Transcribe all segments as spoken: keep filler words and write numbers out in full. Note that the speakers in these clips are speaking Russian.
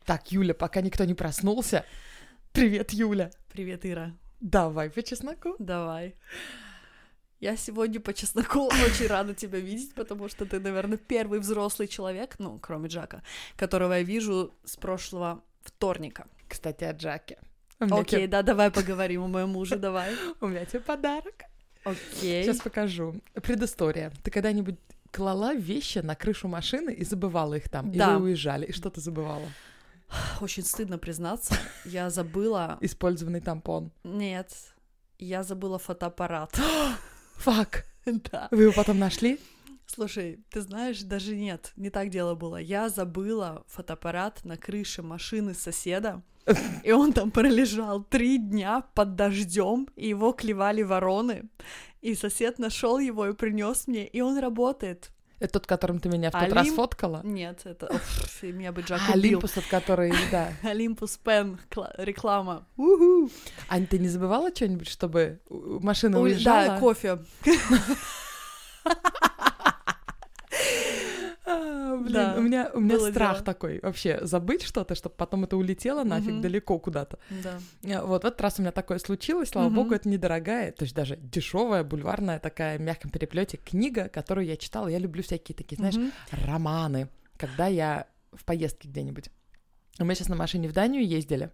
Так, Юля, пока никто не проснулся. Привет, Юля. Привет, Ира. Давай по чесноку. Давай. Я сегодня по чесноку очень рада тебя видеть, потому что ты, наверное, первый взрослый человек, ну, кроме Джака, которого я вижу с прошлого вторника. Кстати, о Джаке. Окей, тебе... да, давай поговорим о моем муже, давай. У меня тебе подарок. Окей. Сейчас покажу. Предыстория. Ты когда-нибудь клала вещи на крышу машины и забывала их там? Да. Или уезжали? И что ты забывала? Очень стыдно признаться. Я забыла... Использованный тампон. Нет. Я забыла фотоаппарат. Фак. Да. Вы его потом нашли? Слушай, ты знаешь, даже нет, не так дело было. Я забыла фотоаппарат на крыше машины соседа, и он там пролежал три дня под дождем, и его клевали вороны. И сосед нашел его и принес мне, и он работает. Это тот, которым ты меня в тот Олимп... раз фоткала? Нет, это... Оф, меня бы Джак убил. Олимпус, от которой, да. Олимпус Пен, кла... реклама. У-ху. Ань, ты не забывала что-нибудь, чтобы машина уезжала? Да, кофе. А, блин, да, у меня, у меня страх дело. такой вообще забыть что-то, чтобы потом это улетело нафиг mm-hmm. далеко куда-то. Да. Вот в этот раз у меня такое случилось, слава mm-hmm. богу, это недорогая, то есть даже дешевая, бульварная такая в мягком переплете книга, которую я читала. Я люблю всякие такие, знаешь, mm-hmm. романы, когда я в поездке где-нибудь. Мы сейчас на машине в Данию ездили.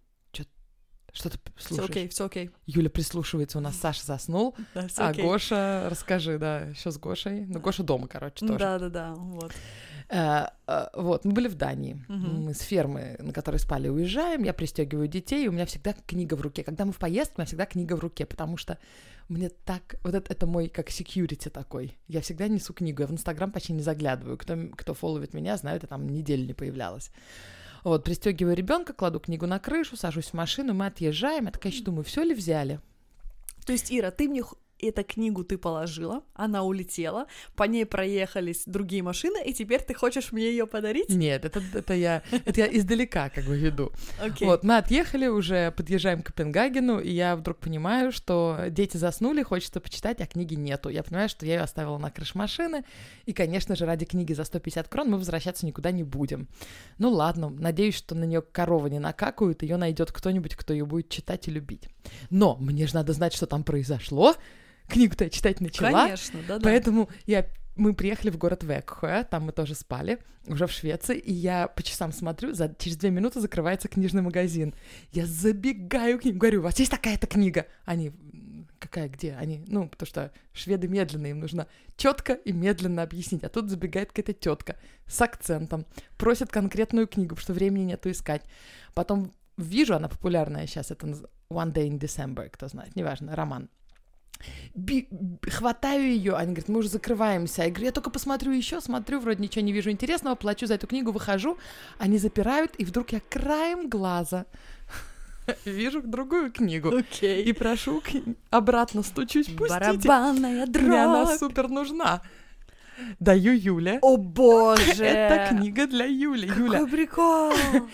Что ты слушаешь? Все окей, все окей. Юля прислушивается, у нас Саша заснул, да, а окей. Гоша, расскажи, да, еще с Гошей. Ну, Гоша дома, короче, тоже. Да-да-да, вот. А, а, вот, мы были в Дании, uh-huh. мы с фермы, на которой спали, уезжаем, я пристегиваю детей, и у меня всегда книга в руке. Когда мы в поездке, у меня всегда книга в руке, потому что мне так... Вот это, это мой как security такой. Я всегда несу книгу, я в Инстаграм почти не заглядываю. Кто, кто фолловит меня, знает, я там неделю не появлялась. Вот, пристегиваю ребенка, кладу книгу на крышу, сажусь в машину, мы отъезжаем. Я такая еще думаю, все ли взяли? То есть, Ира, ты мне эту книгу ты положила, она улетела, по ней проехались другие машины, и теперь ты хочешь мне ее подарить? Нет, это, это, я, это я издалека как бы веду. Okay. Вот, мы отъехали, уже подъезжаем к Копенгагену, и я вдруг понимаю, что дети заснули, хочется почитать, а книги нету. Я понимаю, что я ее оставила на крыше машины, и, конечно же, ради книги за сто пятьдесят крон мы возвращаться никуда не будем. Ну ладно, надеюсь, что на нее коровы не накакают, ее найдет кто-нибудь, кто ее будет читать и любить. Но мне же надо знать, что там произошло. Книгу-то я читать начала. Конечно, да-да. Поэтому я, мы приехали в город Векхе, там мы тоже спали, уже в Швеции, и я по часам смотрю, за, через две минуты закрывается книжный магазин. Я забегаю к ним, говорю, у вас есть такая-то книга? Они, какая, где? Они, ну, потому что шведы медленные, им нужно четко и медленно объяснить. А тут забегает какая-то тетка с акцентом, просит конкретную книгу, потому что времени нету искать. Потом вижу, она популярная сейчас, это One Day in December, кто знает, неважно, роман. Би- хватаю ее, они говорят, мы уже закрываемся. Я говорю, я только посмотрю еще, смотрю, вроде ничего не вижу интересного, плачу за эту книгу, выхожу, они запирают, и вдруг я краем глаза вижу другую книгу. Okay. И прошу обратно, стучусь, пустите. Барабанная дробь. Мне она супер нужна. Даю Юле. О боже! Это книга для Юли. Какой Юля. прикол!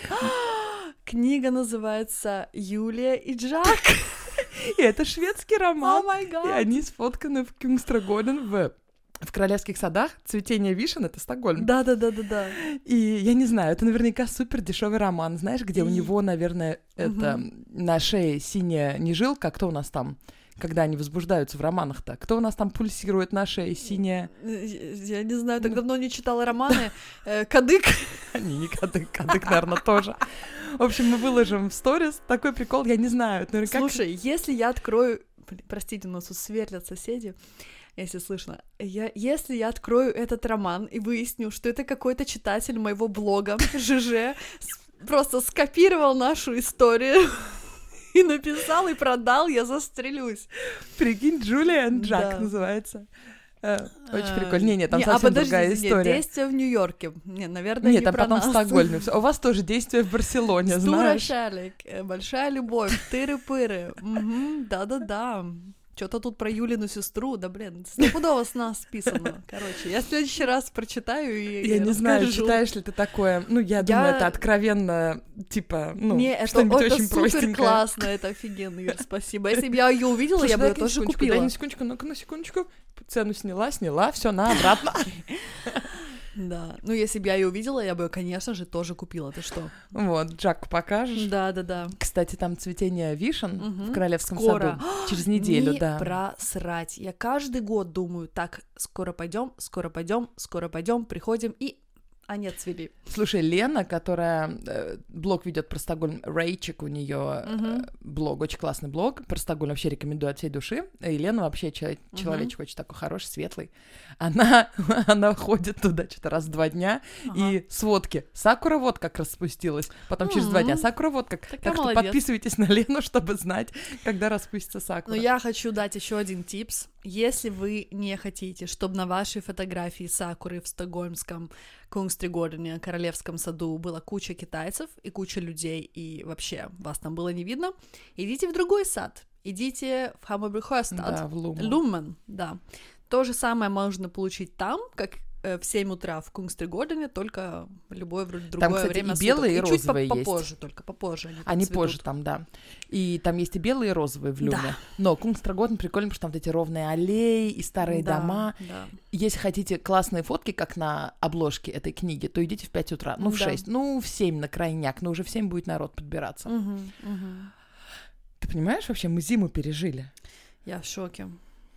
Книга называется «Юлия и Джак». И это шведский роман. Oh my God. И они сфотканы в Кюнгстрагоден в, в Королевских садах. Цветение вишен — это Стокгольм. Да-да-да-да-да. И я не знаю, это наверняка супер дешевый роман. Знаешь, где и... у него, наверное, это uh-huh. на шее синяя нежилка. Кто у нас там? Когда они возбуждаются в романах-то? Кто у нас там пульсирует на шее? Синяя... Я не знаю, так давно не читала романы. Кадык. Не, не кадык, кадык, наверное, тоже. В общем, мы выложим в сторис. Такой прикол, я не знаю. Слушай, если я открою... Простите, у нас тут сверлят соседи, если слышно. Я... Если я открою этот роман и выясню, что это какой-то читатель моего блога, ЖЖ, просто скопировал нашу историю... И написал, и продал, я застрелюсь. Прикинь, Джулиан Джак да. называется. Э, очень прикольно. Не, нет, там не, совсем а другая история. Нет, действие в Нью-Йорке. Не, наверное, нет, не там про потом нас. в Стокгольме. У вас тоже действие в Барселоне, знаешь. Стура-шалик, большая любовь, тыры-пыры. Угу, да-да-да. Что-то тут про Юлину сестру, да, блин, стопудово с нас списано. Короче, я в следующий раз прочитаю и Я и не расскажу. Знаю, читаешь ли ты такое. Ну, я, я... думаю, это откровенно, типа, ну, не, это, что-нибудь это очень супер простенькое. Классно, это офигенно, Ир, спасибо. Если бы я ее увидела, Слушай, я бы ее тоже купила. Дай на секундочку, ну-ка на секундочку. Цену сняла, сняла, все на обратно. Да. Ну, если бы я ее увидела, я бы, конечно же, тоже купила. Ты что? Вот, Джаку покажешь. Да-да-да. Кстати, там цветение вишен Мгм. в Королевском Скоро. саду через неделю, Не да. просрать. Я каждый год думаю, так, скоро пойдем, скоро пойдем, скоро пойдем, приходим и... А нет, цвели. Слушай, Лена, которая э, блог ведет про Стокгольм, Рейчик у нее Мгм. блог, очень классный блог, про Стокгольм вообще рекомендую от всей души. И Лена вообще человек, Мгм. человечек очень такой хороший, светлый. Она, она ходит туда что-то раз в два дня, Ага. и сводки. Сакура вот как распустилась, потом через два дня М. Сакура вот как. Такая Так что молодец. подписывайтесь на Лену, чтобы знать, когда распустится Но Сакура. я хочу дать еще один типс. Если вы не хотите, чтобы на вашей фотографии сакуры в стокгольмском Кунгстригордене, Королевском саду, была куча китайцев и куча людей, и вообще вас там было не видно, идите в другой сад. Идите в Хаммербюхёстад. Да, в Луму. Люмен, да. То же самое можно получить там, как э, в семь утра в Кунгстригордене, только в любое вроде другое кстати, время и белые, суток. и чуть по- розовые есть. попозже только, попозже они, там Они цветут. позже там, да. И там есть и белые, и розовые в Люме. Да. Но Кунгстраготен прикольно, потому что там вот эти ровные аллеи и старые Да, дома. да. Если хотите классные фотки, как на обложке этой книги, то идите в пять утра. Ну, в Да. шесть, ну, в семь на крайняк. Но уже в семь будет народ подбираться. Мгм, мгм. Ты понимаешь, вообще мы зиму пережили? Я в шоке.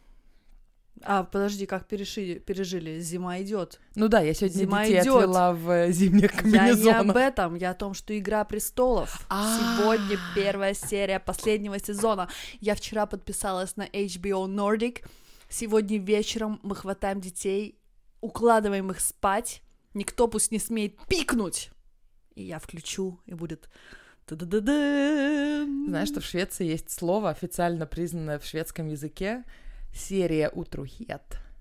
А, подожди, как перешили, пережили? Зима идет. Ну да, я сегодня Зима детей идёт. отвела в э, зимних Я не комбинезонах. об этом, я о том, что Игра престолов. А. Сегодня первая серия последнего сезона. Я вчера подписалась на эйч би о Nordic. Сегодня вечером мы хватаем детей, укладываем их спать. Никто пусть не смеет пикнуть. И я включу, и будет... Та-да-да-дам. Знаешь, что в Швеции есть слово, официально признанное в шведском языке, серия утрухет.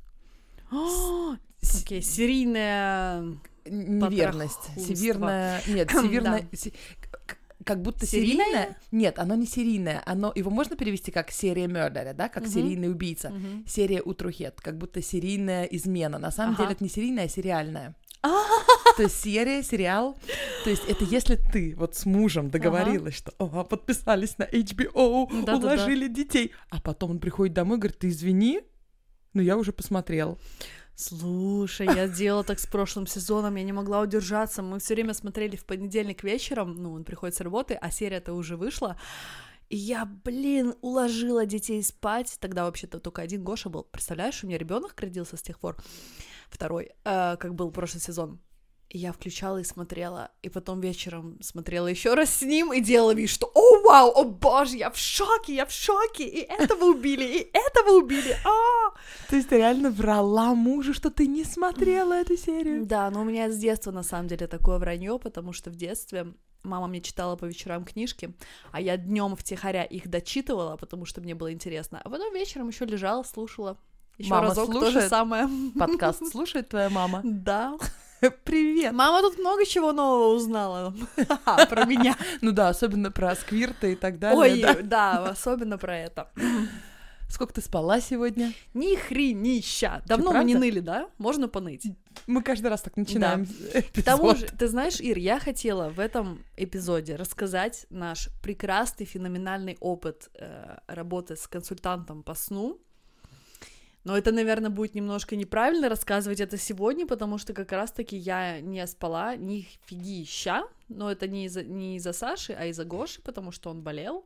О, Окей, серийная... Неверность. Потрохунство. Северная... Нет, Да. северная... се- к- Как будто Серийное? серийное... Нет, оно не серийное. Оно... Его можно перевести как серия мёрдера, да? Как Мгм. серийный убийца. Мгм. Серия утрухет. Как будто серийная измена. На самом Ага. деле это не серийная, а сериальная. А. То есть серия, сериал. То есть это если ты вот с мужем договорилась, что «О, подписались на эйч би о, Да-да-да. уложили детей», а потом он приходит домой и говорит: «Ты извини, но я уже посмотрел». Слушай, я делала так с прошлым сезоном, я не могла удержаться. Мы все время смотрели в понедельник вечером, ну, он приходит с работы, а серия-то уже вышла. И я, блин, уложила детей спать. Тогда вообще-то только один Гоша был. Представляешь, у меня ребенок родился с тех пор. Второй, э, как был прошлый сезон. И я включала и смотрела, и потом вечером смотрела еще раз с ним и делала вид, что «О, вау, о боже, я в шоке, я в шоке, и этого убили, и этого убили, а!» То есть ты реально врала мужу, что ты не смотрела эту серию? Да, но у меня с детства на самом деле такое вранье, потому что в детстве мама мне читала по вечерам книжки, а я днем втихаря их дочитывала, потому что мне было интересно, а потом вечером еще лежала, слушала. Еще Мама разок то слушает? же самое. Подкаст слушает твоя мама? Да. Привет! Мама тут много чего нового узнала про меня. Ну да, особенно про сквирты и так далее. Ой, да? да, особенно про это. Сколько ты спала сегодня? Ни хренища. Давно мы правда? не ныли, да? Можно поныть. Мы каждый раз так начинаем К тому эпизод. же, ты знаешь, Ир, я хотела в этом эпизоде рассказать наш прекрасный, феноменальный опыт э, работы с консультантом по сну. Но это, наверное, будет немножко неправильно рассказывать это сегодня, потому что как раз-таки я не спала ни фигища, но это не из-за, не из-за Саши, а из-за Гоши, потому что он болел.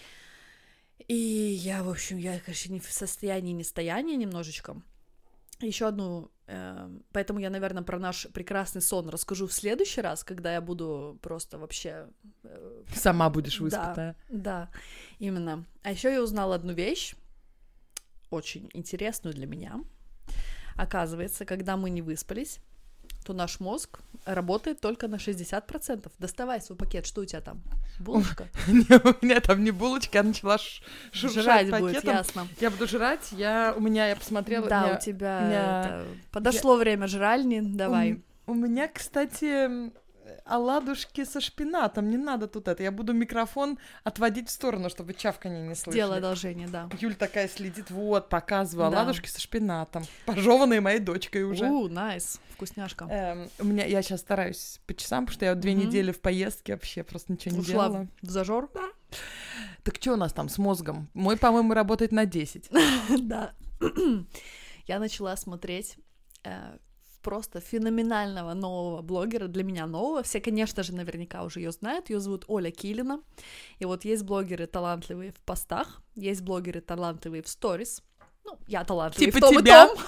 И я, в общем, я, конечно, не в состоянии нестояния немножечко. Еще одну, э, поэтому я, наверное, про наш прекрасный сон расскажу в следующий раз, когда я буду просто вообще... э, Сама будешь да, выспатая. да, именно. А еще я узнала одну вещь, очень интересную для меня. Оказывается, когда мы не выспались, то наш мозг работает только на шестьдесят процентов. Доставай свой пакет, что у тебя там? Булочка? Не, у меня там не булочка, я начала ш- шуршать Жрать пакетом. будет, ясно. Я буду жрать, я, у меня, я посмотрела... Да, меня- у тебя у меня- это, подошло время жральни, давай. У, у меня, кстати, оладушки со шпинатом, не надо тут это, я буду микрофон отводить в сторону, чтобы чавканье не слышали. Сделай одолжение, да. Юль такая следит, вот, показываю, Да. оладушки со шпинатом, пожеванные моей дочкой уже. У, найс, вкусняшка. Эм, у меня, я сейчас стараюсь по часам, потому что я вот две Мгм. недели в поездке вообще просто ничего не Ушла делала. в зажор? Так что у нас там с мозгом? Мой, по-моему, работает на десять. Да. Я начала смотреть э, просто феноменального нового блогера, для меня нового. Все, конечно же, наверняка уже ее знают. Ее зовут Оля Килина. И вот есть блогеры талантливые в постах, есть блогеры талантливые в сторис. Ну, я талантливый типа в том тебя. и том.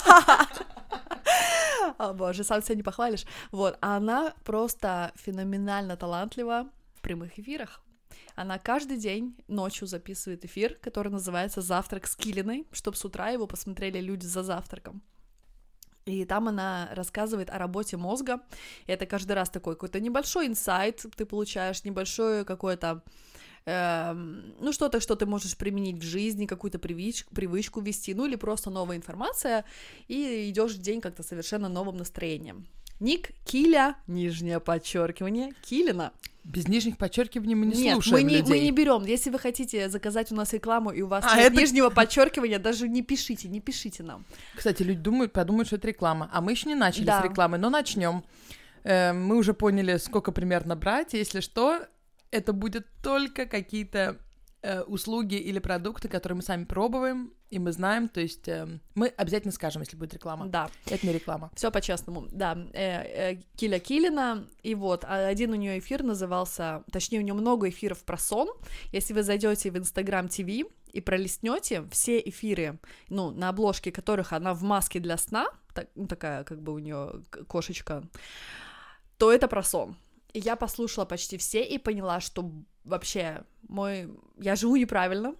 О боже, сам себя не похвалишь. Вот, а она просто феноменально талантлива в прямых эфирах. Она каждый день ночью записывает эфир, который называется «Завтрак с Килиной», чтобы с утра его посмотрели люди за завтраком. И там она рассказывает о работе мозга. И это каждый раз такой какой-то небольшой инсайт ты получаешь, небольшое какое-то, э, ну, что-то, что ты можешь применить в жизни, какую-то привычку, привычку вести, ну, или просто новая информация, и идешь в день как-то совершенно новым настроением. Ник Киля, нижнее подчеркивание, Килина. Без нижних подчеркиваний мы не Нет, слушаем мы не, людей. мы не берем. Если вы хотите заказать у нас рекламу, и у вас А, нет это... нижнего подчеркивания, даже не пишите, не пишите нам. Кстати, люди думают, подумают, что это реклама. А мы еще не начали да. с рекламы, но начнем. Э, мы уже поняли, сколько примерно брать. Если что, это будет только какие-то э, услуги или продукты, которые мы сами пробуем, и мы знаем. То есть э, мы обязательно скажем, если будет реклама. Да. Это не реклама. Все по-честному. Да. Э, э, Киля Килина. И вот один у нее эфир назывался, точнее, у нее много эфиров про сон. Если вы зайдете в Instagram ти ви и пролистнете все эфиры, ну, на обложке которых она в маске для сна, так, ну, такая как бы у нее кошечка, то это про сон. И я послушала почти все и поняла, что вообще мой... я живу неправильно.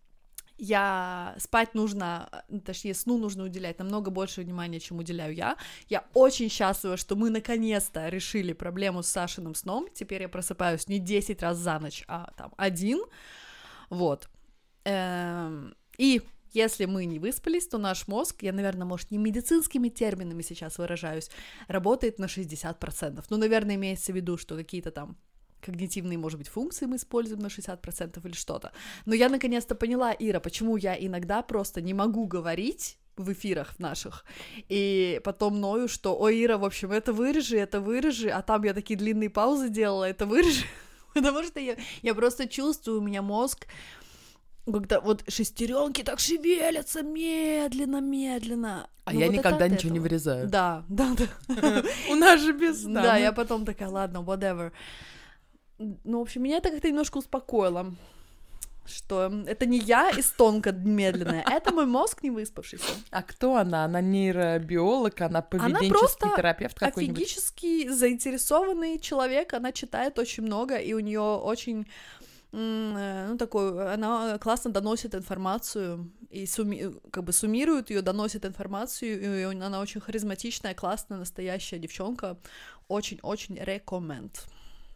Я спать нужно, точнее, сну нужно уделять намного больше внимания, чем уделяю я. Я очень счастлива, что мы наконец-то решили проблему с Сашиным сном. Теперь я просыпаюсь не десять раз за ночь, а там один. Вот. Эм... И если мы не выспались, то наш мозг, я, наверное, может, не медицинскими терминами сейчас выражаюсь, работает на шестьдесят процентов. Ну, наверное, имеется в виду, что какие-то там когнитивные, может быть, функции мы используем на шестьдесят процентов или что-то. Но я наконец-то поняла, Ира, почему я иногда просто не могу говорить в эфирах наших, и потом ною, что, ой, Ира, в общем, это вырежи, это вырежи, а там я такие длинные паузы делала, это вырежи, потому что я, я просто чувствую, у меня мозг, когда вот шестеренки так шевелятся медленно-медленно. А ну, я вот никогда ничего этого. не вырезаю. Да, да, да. У нас же без сна. Да, я потом такая, ладно, whatever. Ну, в общем, меня это как-то немножко успокоило, что это не я эстонка медленная, это мой мозг не выспавшийся. А кто она? Она нейробиолог, она поведенческий она просто терапевт какой-нибудь? офигически заинтересованный человек, она читает очень много, и у нее очень, ну, такой, она классно доносит информацию, и сумми, как бы суммирует ее, доносит информацию, и она очень харизматичная, классная, настоящая девчонка, очень-очень рекоменд.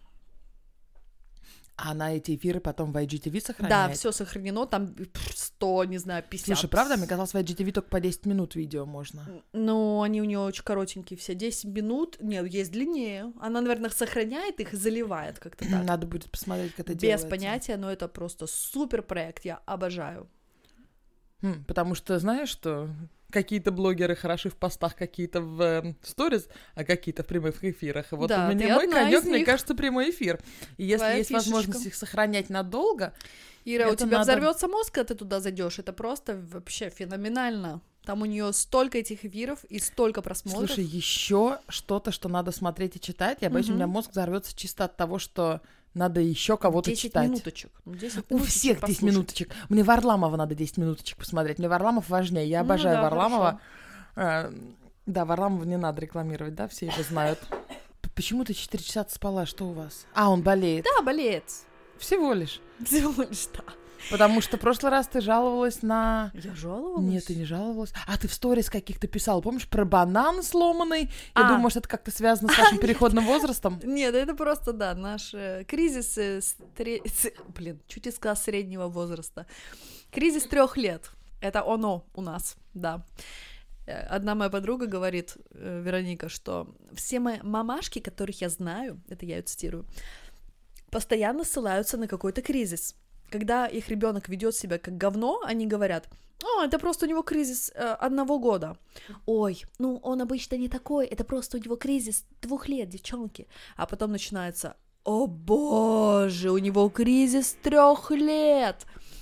А на эти эфиры потом в ай джи ти ви сохраняет? Да, все сохранено, там сто, не знаю, пятьдесят. Слушай, правда? Мне казалось, в ай джи ти ви только по десять минут видео можно. Ну, они у нее очень коротенькие все, десять минут, нет, есть длиннее. Она, наверное, сохраняет их и заливает как-то так. Надо будет посмотреть, как это Без делается. Без понятия, но это просто супер проект, я обожаю. Хм, потому что, знаешь, что какие-то блогеры хороши в постах, какие-то в сторис, э, а какие-то в прямых эфирах. И вот да, у меня мой конёк, мне них. кажется, прямой эфир. И если Твоя есть фишечка. возможность их сохранять надолго, Ира, у тебя надо... взорвется мозг, когда ты туда зайдешь. Это просто вообще феноменально. Там у нее столько этих эфиров и столько просмотров. Слушай, еще что-то, что надо смотреть и читать. Я боюсь, угу. у меня мозг взорвется чисто от того, что надо еще кого-то десять читать. Минуточек. десять У минуточек всех послушать. десять минуточек. Мне Варламова надо десять минуточек посмотреть. Мне Варламов важнее. Я обожаю ну, да, Варламова. А, да, Варламова не надо рекламировать, да, все его знают. Почему ты четыре часа спала? Что у вас? А, он болеет. Да, болеет. Всего лишь. Всего лишь, да. Потому что в прошлый раз ты жаловалась на... Я жаловалась? Нет, ты не жаловалась. А ты в сторис каких-то писала. Помнишь, про банан сломанный? Я а. думаю, может, это как-то связано с нашим переходным возрастом? Нет, это просто, да, наш э, кризис... Э, стре... с... Блин, чуть не сказала среднего возраста. Кризис трех лет. Это оно у нас, да. Одна моя подруга говорит, э, Вероника, что все мои мамашки, которых я знаю, это я ее цитирую, постоянно ссылаются на какой-то кризис. Когда их ребенок ведет себя как говно, они говорят: «О, это просто у него кризис э, одного года». «Ой, ну он обычно не такой, это просто у него кризис двух лет, девчонки». А потом начинается: «О боже, у него кризис трех лет».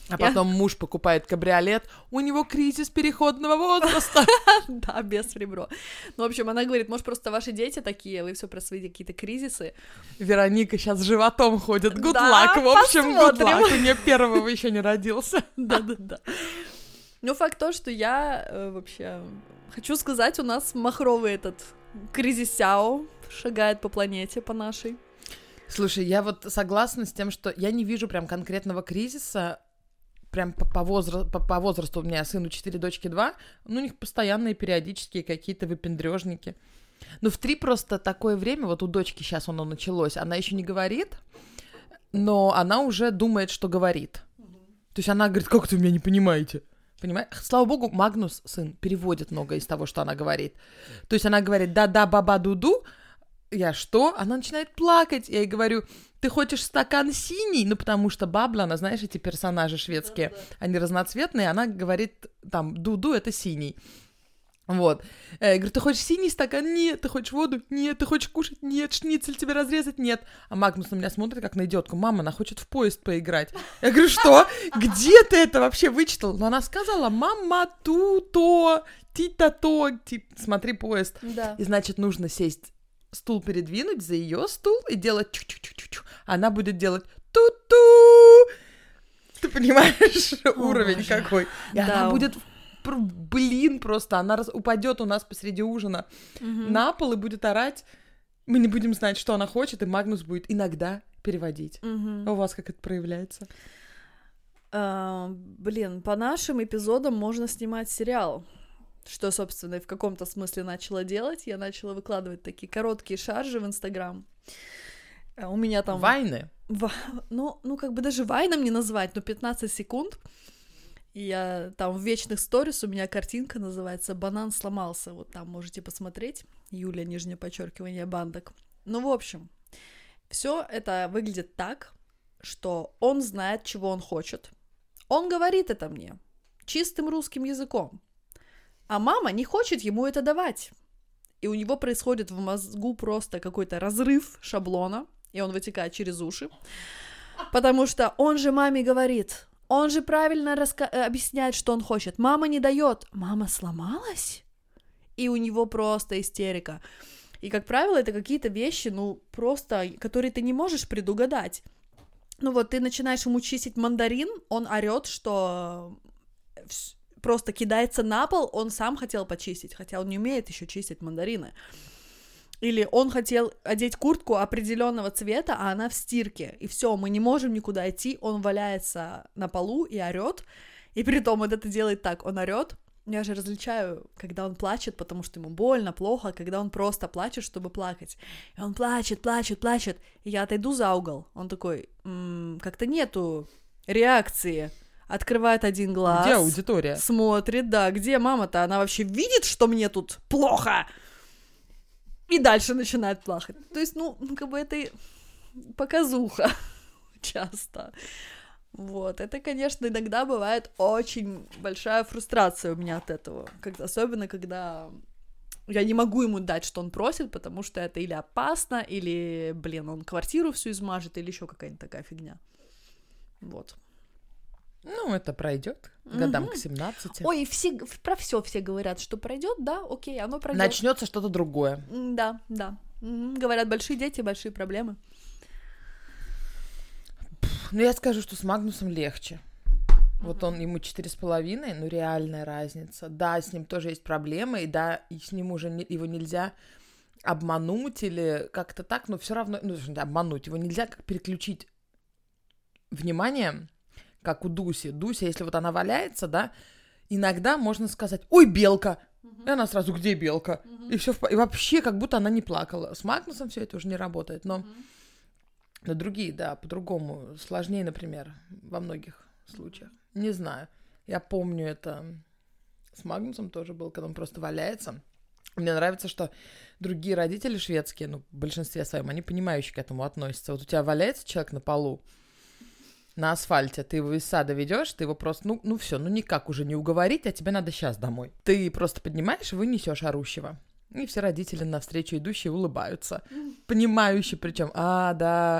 А потом муж покупает кабриолет, у него кризис переходного возраста. Да, без ребро. Ну, в общем, она говорит, может, просто ваши дети такие, вы все про свои какие-то кризисы. Вероника сейчас с животом ходит. Good Да, luck, в общем, good посмотрим. luck. У нее первого еще не родился. Да-да-да. Ну, факт то, что я э, вообще... Хочу сказать, у нас махровый этот кризисяо шагает по планете, по нашей. Слушай, я вот согласна с тем, что я не вижу прям конкретного кризиса, прям по, по, возра- по, по возрасту. У меня сыну четыре, дочке два, ну, у них постоянные периодические какие-то выпендрежники. Ну, в три просто такое время, вот у дочки сейчас оно началось, она еще не говорит, но она уже думает, что говорит. То есть она говорит, как это вы меня не понимаете? Понимаешь? Слава богу, Магнус, сын, переводит многое из того, что она говорит. То есть она говорит «да-да, баба-ду-ду», я что? Она начинает плакать. Я ей говорю, ты хочешь стакан синий? Ну, потому что Бабла, она, знаешь, эти персонажи шведские, да-да. Они разноцветные, она говорит, там, ду-ду — это синий. Вот. Я говорю, ты хочешь синий стакан? Нет. Ты хочешь воду? Нет. Ты хочешь кушать? Нет. Шницель тебе разрезать? Нет. А Магнус на меня смотрит, как на идиотку. Мама, она хочет в поезд поиграть. Я говорю, что? Где ты это вообще вычитал? Но она сказала, мама, ту-то, ти-та-то, типа, смотри поезд. Да. И, значит, нужно сесть, стул передвинуть за ее стул и делать чу-чу-чу-чу. Она будет делать ту-ту. Ты понимаешь, уровень боже. какой? И Да. она будет... Блин, просто она раз... упадет у нас посреди ужина Мгм. на пол и будет орать. Мы не будем знать, что она хочет, и Магнус будет иногда переводить. Мгм. А у вас как это проявляется? А, блин, по нашим эпизодам можно снимать сериал. Что, собственно, и в каком-то смысле начала делать. Я начала выкладывать такие короткие шаржи в Инстаграм. А У меня там... Вайны? Ва- Ну, ну, как бы даже вайном не назвать, но пятнадцать секунд. И я там в вечных сторис у меня картинка называется «Банан сломался». Вот там можете посмотреть. Юля, нижнее подчеркивание, Бандок. Ну, в общем, все это выглядит так, что он знает, чего он хочет. Он говорит это мне чистым русским языком. А мама не хочет ему это давать. И у него происходит в мозгу просто какой-то разрыв шаблона, и он вытекает через уши. Потому что он же маме говорит... Он же правильно раска- объясняет, что он хочет. Мама не дает. Мама сломалась? И у него просто истерика. И, как правило, это какие-то вещи, ну, просто, которые ты не можешь предугадать. Ну вот, ты начинаешь ему чистить мандарин, он орет, что просто кидается на пол, он сам хотел почистить, хотя он не умеет еще чистить мандарины. Или он хотел одеть куртку определенного цвета, а она в стирке. И все, мы не можем никуда идти. Он валяется на полу и орет. И при том он это делает так. Он орет. Я же различаю, когда он плачет, потому что ему больно, плохо, когда он просто плачет, чтобы плакать. И он плачет, плачет, плачет. И я отойду за угол. Он такой, м-м, как-то нету реакции. Открывает один глаз. Где аудитория? Смотрит, да. Где мама-то? Она вообще видит, что мне тут плохо? И дальше начинает плакать. То есть, ну, как бы это и показуха часто. Вот. Это, конечно, иногда бывает очень большая фрустрация у меня от этого. Когда, особенно, когда я не могу ему дать, что он просит, потому что это или опасно, или, блин, он квартиру всю измажет, или еще какая-нибудь такая фигня. Вот. Ну, это пройдет годам угу. к семнадцати. Ой, все, про все все говорят, что пройдет, да, окей, оно пройдет. Начнется что-то другое. Да, да. Угу. Говорят, большие дети, большие проблемы. Ну, я скажу, что с Магнусом легче. Uh-huh. Вот он, ему четыре с половиной, ну, реальная разница. Да, с ним тоже есть проблемы, и да, и с ним уже не, его нельзя обмануть или как-то так, но все равно, ну, обмануть, его нельзя как переключить внимание, как у Дуси. Дуся, если вот она валяется, да, иногда можно сказать, ой, белка, uh-huh. и она сразу, где белка? Uh-huh. И все, и вообще как будто она не плакала. С Магнусом все это уже не работает, но... Uh-huh. Но другие, да, по-другому. Сложнее, например, во многих случаях. Не знаю. Я помню это с Магнусом тоже был, когда он просто валяется. Мне нравится, что другие родители шведские, ну, в большинстве своем, они понимающие к этому относятся. Вот у тебя валяется человек на полу, на асфальте, ты его из сада ведешь, ты его просто, ну, ну все, ну никак уже не уговорить, а тебе надо сейчас домой. Ты просто поднимаешь и вынесешь орущего. И все родители навстречу идущие улыбаются. Понимающие причем, а, да,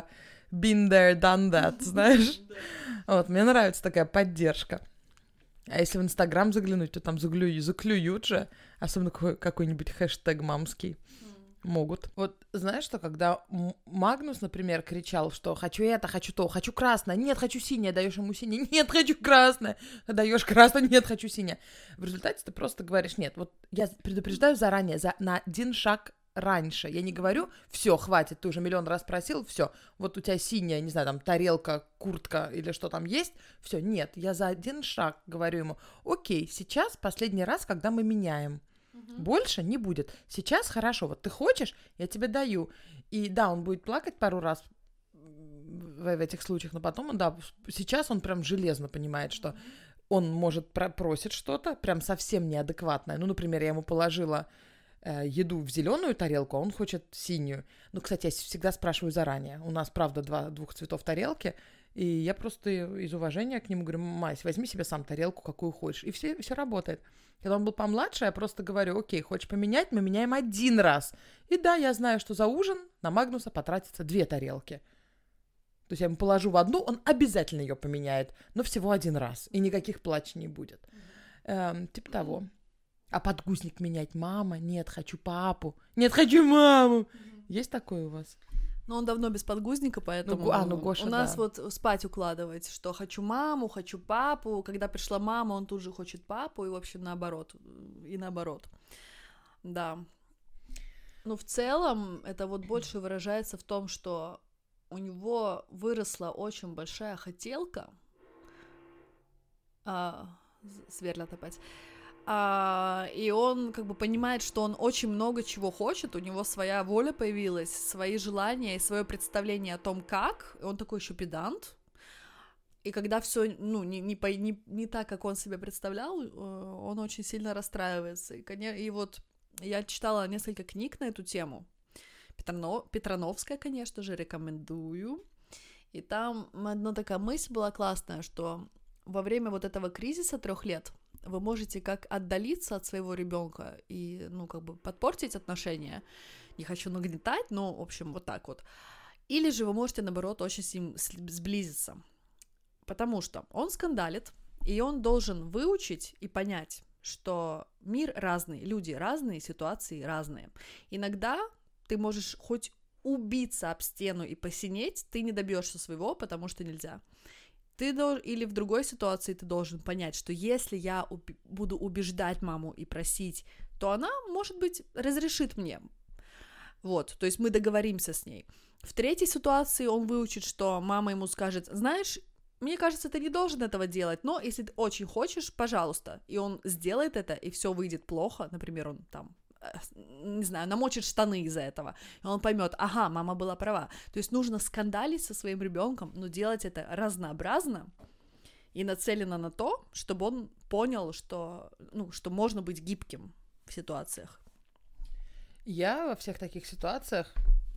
been there, done that, знаешь? Вот, мне нравится такая поддержка. А если в Инстаграм заглянуть, то там заглю... заклюют же, особенно какой- какой-нибудь хэштег мамский. Могут. Вот знаешь, что когда М- Магнус, например, кричал, что хочу это, хочу то, хочу красное, нет, хочу синее, даешь ему синее, нет, хочу красное, даешь красное, нет, хочу синее. В результате ты просто говоришь, нет, вот я предупреждаю заранее, за, на один шаг раньше. Я не говорю, все, хватит, ты уже миллион раз просил, все, вот у тебя синяя, не знаю, там, тарелка, куртка или что там есть, все, нет, я за один шаг говорю ему, окей, сейчас последний раз, когда мы меняем. Больше не будет. Сейчас хорошо, вот ты хочешь, я тебе даю. И да, он будет плакать пару раз в, в этих случаях, но потом он, да, сейчас он прям железно понимает, что он может про- просит что-то, прям совсем неадекватное. Ну, например, я ему положила э, еду в зеленую тарелку, а он хочет синюю. Ну, кстати, я всегда спрашиваю заранее. У нас, правда, два, двух цветов тарелки, и я просто из уважения к нему говорю, Мась, возьми себе сам тарелку, какую хочешь. И все, все работает. Когда он был помладше, я просто говорю, окей, хочешь поменять, мы меняем один раз. И да, я знаю, что за ужин на Магнуса потратится две тарелки. То есть я ему положу в одну, он обязательно ее поменяет, но всего один раз, и никаких плач не будет. Эм, типа того. А подгузник менять? Мама? Нет, хочу папу. Нет, хочу маму. Есть такое у вас? Но он давно без подгузника, поэтому Ну, а, ну, Гоша, у нас да. вот спать укладывать, что хочу маму, хочу папу. Когда пришла мама, он тут же хочет папу, и, в общем, наоборот. И наоборот. Да. Но в целом это вот больше выражается в том, что у него выросла очень большая хотелка. А, сверлят опять. А, и он как бы понимает, что он очень много чего хочет, у него своя воля появилась, свои желания и свое представление о том, как. И он такой еще педант. И когда все, ну, не, не, по, не, не так, как он себе представлял, он очень сильно расстраивается. И, и вот я читала несколько книг на эту тему. Петрано, Петрановская, конечно же, рекомендую. И там одна такая мысль была классная, что во время вот этого кризиса трех лет вы можете как отдалиться от своего ребенка и, ну, как бы подпортить отношения. Не хочу нагнетать, но, в общем, вот так вот. Или же вы можете, наоборот, очень с ним сблизиться. Потому что он скандалит, и он должен выучить и понять, что мир разный, люди разные, ситуации разные. Иногда ты можешь хоть убиться об стену и посинеть, ты не добьешься своего, потому что нельзя. Ты должен, или в другой ситуации ты должен понять, что если я уб- буду убеждать маму и просить, то она, может быть, разрешит мне. Вот, то есть мы договоримся с ней. В третьей ситуации он выучит, что мама ему скажет, знаешь, мне кажется, ты не должен этого делать, но если ты очень хочешь, пожалуйста. И он сделает это, и все выйдет плохо, например, он там, не знаю, намочит штаны из-за этого, и он поймет, ага, мама была права. То есть нужно скандалить со своим ребенком, но делать это разнообразно и нацелено на то, чтобы он понял, что, ну, что можно быть гибким в ситуациях. Я во всех таких ситуациях,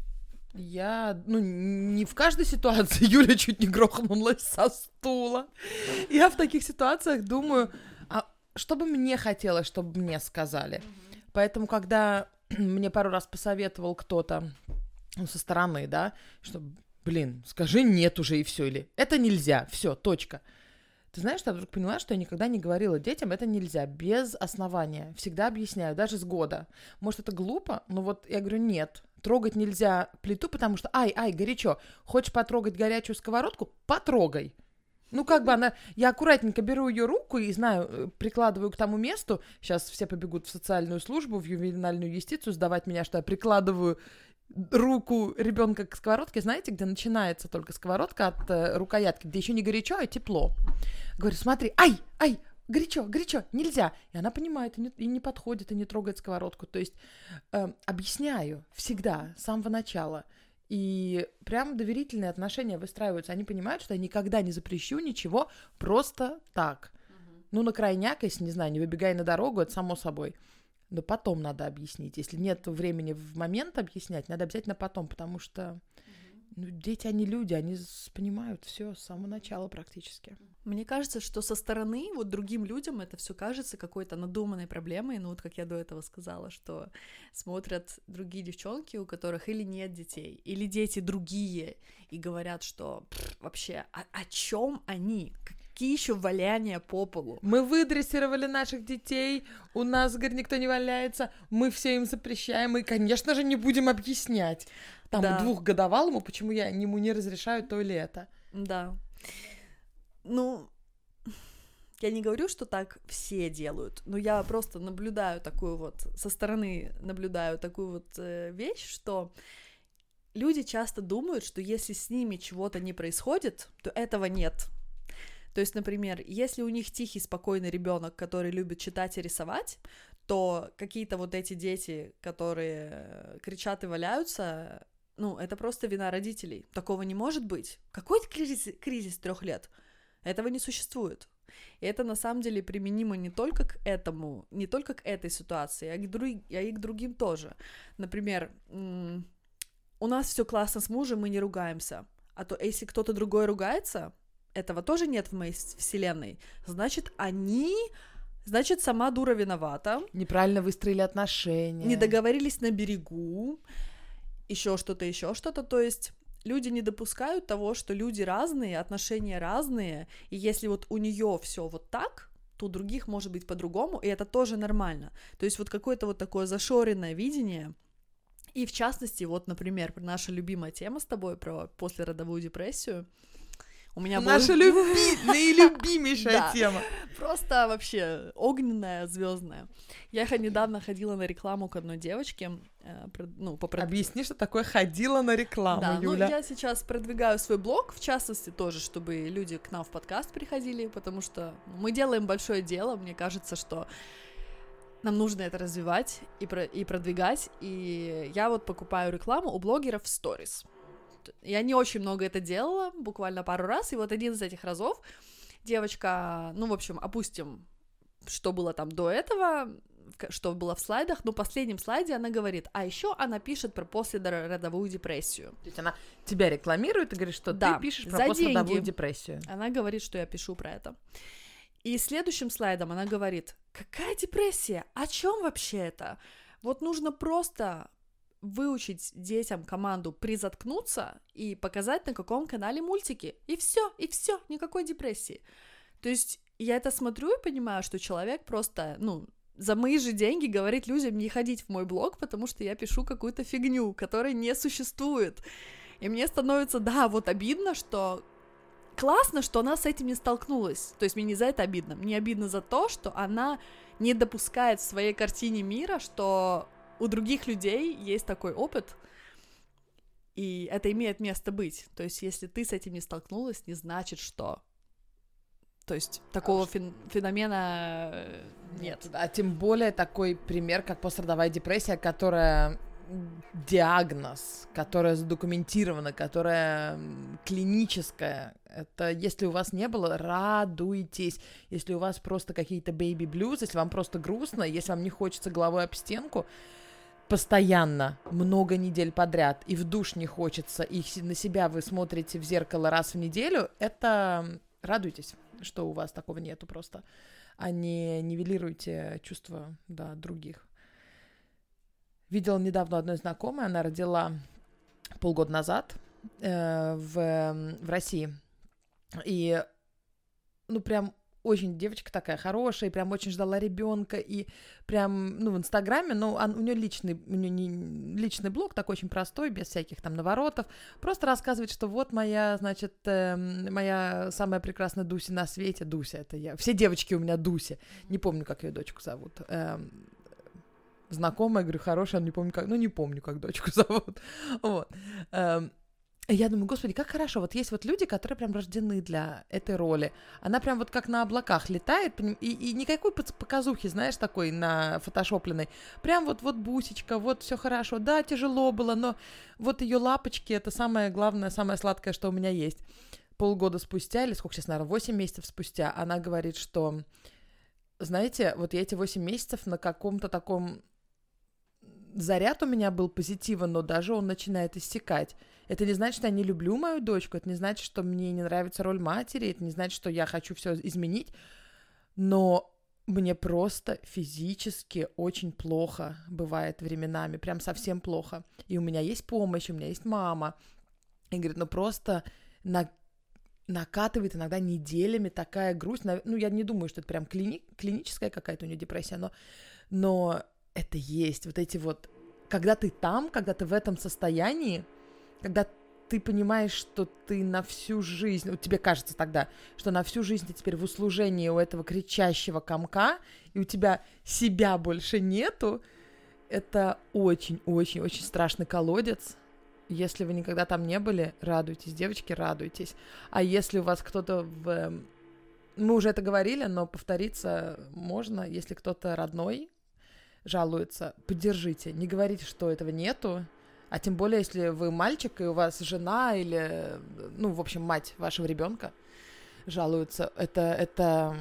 я, ну, не в каждой ситуации, Юля чуть не грохнулась со стула. Я в таких ситуациях думаю, а что бы мне хотелось, чтобы мне сказали? Поэтому, когда мне пару раз посоветовал кто-то, ну, со стороны, да, что, блин, скажи нет уже и все, или это нельзя, все, точка. Ты знаешь, что я вдруг поняла, что я никогда не говорила детям, это нельзя, без основания. Всегда объясняю, даже с года. Может, это глупо, но вот я говорю, нет, трогать нельзя плиту, потому что, ай, ай, горячо. Хочешь потрогать горячую сковородку? Потрогай. Ну, как бы она... Я аккуратненько беру ее руку и, знаю, прикладываю к тому месту. Сейчас все побегут в социальную службу, в ювенальную юстицию сдавать меня, что я прикладываю руку ребенка к сковородке. Знаете, где начинается только сковородка от э, рукоятки, где еще не горячо, а тепло. Говорю, смотри, ай, ай, горячо, горячо, нельзя. И она понимает, и не, и не подходит, и не трогает сковородку. То есть э, объясняю всегда, с самого начала. И прям доверительные отношения выстраиваются. Они понимают, что я никогда не запрещу ничего просто так. Uh-huh. Ну, на крайняк, если, не знаю, не выбегай на дорогу, это само собой. Но потом надо объяснить. Если нет времени в момент объяснять, надо обязательно потом, потому что, uh-huh. Ну, дети, они люди, они понимают все с самого начала практически. Мне кажется, что со стороны вот другим людям это все кажется какой-то надуманной проблемой, ну вот как я до этого сказала, что смотрят другие девчонки, у которых или нет детей, или дети другие, и говорят, что вообще о, о чем они? Какие еще валяния по полу? Мы выдрессировали наших детей, у нас, говорит, никто не валяется, мы все им запрещаем, и, конечно же, не будем объяснять там да. двухгодовалому, почему я ему не разрешаю то или это. Да. Ну, я не говорю, что так все делают, но я просто наблюдаю такую вот, со стороны наблюдаю такую вот э, вещь, что люди часто думают, что если с ними чего-то не происходит, то этого нет. То есть, например, если у них тихий, спокойный ребенок, который любит читать и рисовать, то какие-то вот эти дети, которые кричат и валяются, ну, это просто вина родителей. Такого не может быть. Какой кризис, кризис трех лет? Этого не существует. И это на самом деле применимо не только к этому, не только к этой ситуации, а и к, друг, а и к другим тоже. Например, у нас все классно с мужем, мы не ругаемся. А то если кто-то другой ругается, этого тоже нет в моей вселенной. Значит, они... Значит, сама дура виновата. Неправильно выстроили отношения. Не договорились на берегу. Еще что-то, еще что-то. То есть люди не допускают того, что люди разные, отношения разные. И если вот у нее все вот так, то у других может быть по-другому, и это тоже нормально. То есть вот какое-то вот такое зашоренное видение. И в частности, вот, например, наша любимая тема с тобой про послеродовую депрессию. У меня Наша был... люби... наилюбимейшая тема. Просто вообще огненная, звездная. Я недавно ходила на рекламу к одной девочке. Ну, по прод... Объясни, что такое ходила на рекламу, да, Юля. Ну, я сейчас продвигаю свой блог, в частности, тоже, чтобы люди к нам в подкаст приходили, потому что мы делаем большое дело. Мне кажется, что нам нужно это развивать и, про... и продвигать. И я вот покупаю рекламу у блогеров в сторис. Я не очень много это делала, буквально пару раз, и вот один из этих разов девочка, ну, в общем, опустим, что было там до этого, что было в слайдах, но в последнем слайде она говорит, а еще она пишет про послеродовую депрессию. То есть она тебя рекламирует и говорит, что да, ты пишешь про послеродовую деньги. депрессию. Она говорит, что я пишу про это. И следующим слайдом она говорит, какая депрессия? О чем вообще это? Вот нужно просто... выучить детям команду призаткнуться и показать, на каком канале мультики. И все, и все, никакой депрессии. То есть я это смотрю и понимаю, что человек просто, ну, за мои же деньги говорит людям не ходить в мой блог, потому что я пишу какую-то фигню, которой не существует. И мне становится, да, вот обидно, что... Классно, что она с этим не столкнулась. То есть мне не за это обидно. Мне обидно за то, что она не допускает в своей картине мира, что... у других людей есть такой опыт, и это имеет место быть. То есть, если ты с этим не столкнулась, не значит, что... То есть, такого фен- феномена нет. А тем более такой пример, как послеродовая депрессия, которая диагноз, которая задокументирована, которая клиническая. Это если у вас не было, радуйтесь. Если у вас просто какие-то бэйби-блюз, если вам просто грустно, если вам не хочется головой об стенку, постоянно, много недель подряд, и в душ не хочется, и на себя вы смотрите в зеркало раз в неделю, это радуйтесь, что у вас такого нету просто, а не нивелируйте чувства, да, других. Видела недавно одной знакомой, она родила полгода назад э, в, в России, и, ну, прям очень девочка такая хорошая, и прям очень ждала ребенка, и прям, ну, в Инстаграме, ну, он, у нее личный, у нее не, личный блог такой очень простой, без всяких там наворотов, просто рассказывает, что вот моя, значит, э, моя самая прекрасная Дуся на свете, Дуся, это я, все девочки у меня Дуся, не помню, как ее дочку зовут, э, знакомая, говорю, хорошая, не помню, как, ну, не помню, как дочку зовут, вот, э, я думаю, господи, как хорошо, вот есть вот люди, которые прям рождены для этой роли. Она прям вот как на облаках летает, и, и никакой показухи, знаешь, такой на фотошопленной. Прям вот, вот бусечка, вот все хорошо. Да, тяжело было, но вот ее лапочки, это самое главное, самое сладкое, что у меня есть. Полгода спустя, или сколько сейчас, наверное, восемь месяцев спустя, она говорит, что, знаете, вот я эти восемь месяцев на каком-то таком заряд у меня был позитива, но даже он начинает иссякать. Это не значит, что я не люблю мою дочку, это не значит, что мне не нравится роль матери, это не значит, что я хочу все изменить, но мне просто физически очень плохо бывает временами, прям совсем плохо. И у меня есть помощь, у меня есть мама. И говорит, ну просто на... накатывает иногда неделями такая грусть. Ну, я не думаю, что это прям клини... клиническая какая-то у нее депрессия, но... но это есть. Вот эти вот... Когда ты там, когда ты в этом состоянии, когда ты понимаешь, что ты на всю жизнь, вот тебе кажется тогда, что на всю жизнь ты теперь в услужении у этого кричащего комка, и у тебя себя больше нету, это очень-очень-очень страшный колодец. Если вы никогда там не были, радуйтесь, девочки, радуйтесь. А если у вас кто-то в... Мы уже это говорили, но повториться можно, если кто-то родной жалуется, поддержите, не говорите, что этого нету. А тем более, если вы мальчик, и у вас жена или, ну, в общем, мать вашего ребенка жалуется, это, это,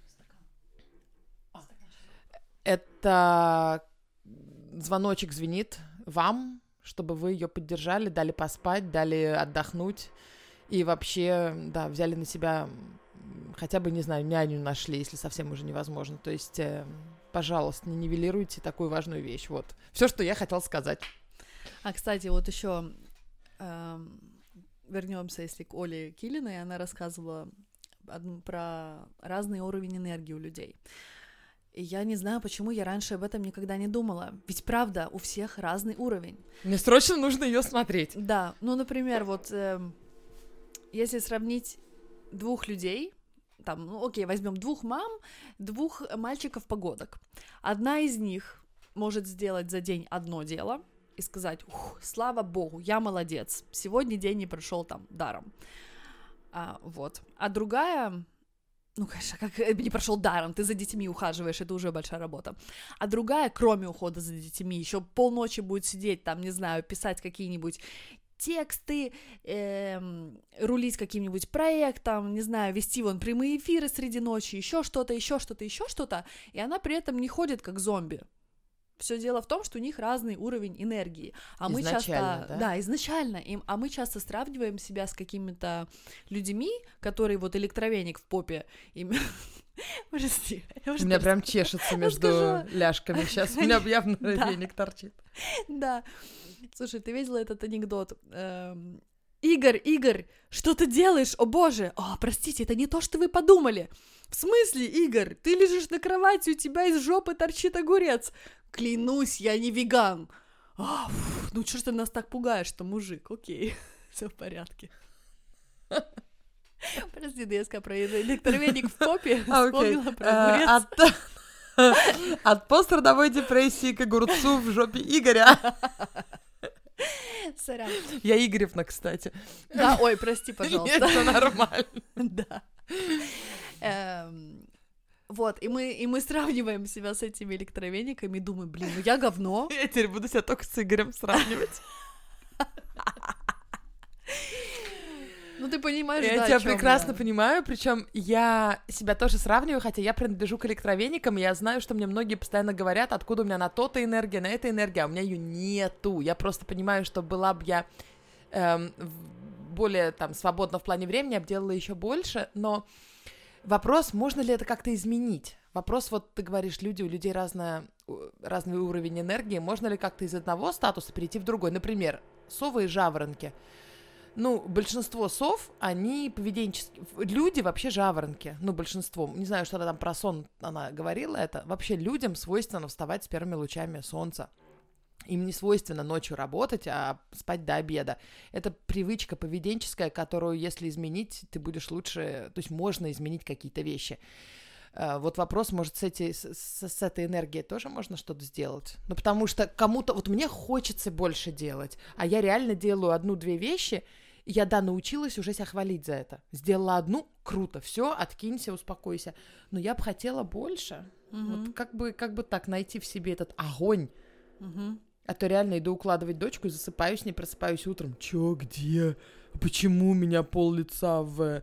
это звоночек звенит вам, чтобы вы ее поддержали, дали поспать, дали отдохнуть и вообще, да, взяли на себя хотя бы, не знаю, няню нашли, если совсем уже невозможно. То есть, э, пожалуйста, не нивелируйте такую важную вещь. Вот. Все, что я хотела сказать. А, кстати, вот еще э, вернемся, если к Оле Килиной, она рассказывала про разный уровень энергии у людей. И я не знаю, почему я раньше об этом никогда не думала. Ведь правда, у всех разный уровень. Мне срочно нужно ее смотреть. Да, ну, например, вот э, если сравнить двух людей, там, ну, окей, возьмем двух мам, двух мальчиков-погодок. Одна из них может сделать за день одно дело и сказать: ух, слава богу, я молодец, сегодня день не прошел там даром. А, вот. А другая, ну, конечно, как не прошел даром, ты за детьми ухаживаешь, это уже большая работа. А другая, кроме ухода за детьми, еще полночи будет сидеть там, не знаю, писать какие-нибудь тексты, эм, рулить каким-нибудь проектом, не знаю, вести вон прямые эфиры среди ночи, еще что-то, еще что-то, еще что-то, и она при этом не ходит как зомби. Все дело в том, что у них разный уровень энергии. А мы часто, да? да, изначально, им, а мы часто сравниваем себя с какими-то людьми, которые вот электровеник в попе им... Прости. У меня прям чешется между ляжками сейчас. У меня явно веник торчит. Да. Слушай, ты видела этот анекдот? Игорь, Игорь, что ты делаешь? О боже! О, простите, это не то, что вы подумали. В смысле, Игорь? Ты лежишь на кровати, у тебя из жопы торчит огурец. Клянусь, я не веган. О, фу, ну что ж ты нас так пугаешь-то, мужик? Окей, все в порядке. Прости, да я сказала про электровеник в попе, вспомнила про огурец. От пострадовой депрессии к огурцу в жопе Игоря. Сорян. Я Игоревна, кстати. Да, ой, прости, пожалуйста. Это нормально. Да. Эм, вот, и мы, и мы сравниваем себя с этими электровениками и думаем, блин, ну я говно. Я теперь буду себя только с Игорем сравнивать. Ну, ты понимаешь, я да, тебя о чём прекрасно я. понимаю, причем я себя тоже сравниваю, хотя я принадлежу к электровеникам, и я знаю, что мне многие постоянно говорят, откуда у меня на то-то энергия, на это энергия, а у меня ее нету. Я просто понимаю, что была бы я эм, более там свободна в плане времени, я бы делала еще больше, но вопрос, можно ли это как-то изменить? Вопрос, вот ты говоришь, люди, у людей разная, разный уровень энергии, можно ли как-то из одного статуса перейти в другой? Например, совы и жаворонки. Ну, большинство сов, они поведенческие. Люди вообще жаворонки. Ну, большинство. Не знаю, что она там про сон она говорила это. Вообще людям свойственно вставать с первыми лучами солнца. Им не свойственно ночью работать, а спать до обеда. Это привычка поведенческая, которую, если изменить, ты будешь лучше... То есть можно изменить какие-то вещи. Вот вопрос, может, с, эти, с, с этой энергией тоже можно что-то сделать? Ну, потому что кому-то... Вот мне хочется больше делать, а я реально делаю одну-две вещи, и я, да, научилась уже себя хвалить за это. Сделала одну, круто, все, откинься, успокойся. Но я бы хотела больше. Mm-hmm. Вот как бы, как бы так найти в себе этот огонь. Mm-hmm. А то реально иду укладывать дочку и засыпаю с ней, просыпаюсь утром. Чё, где? Почему у меня пол лица в...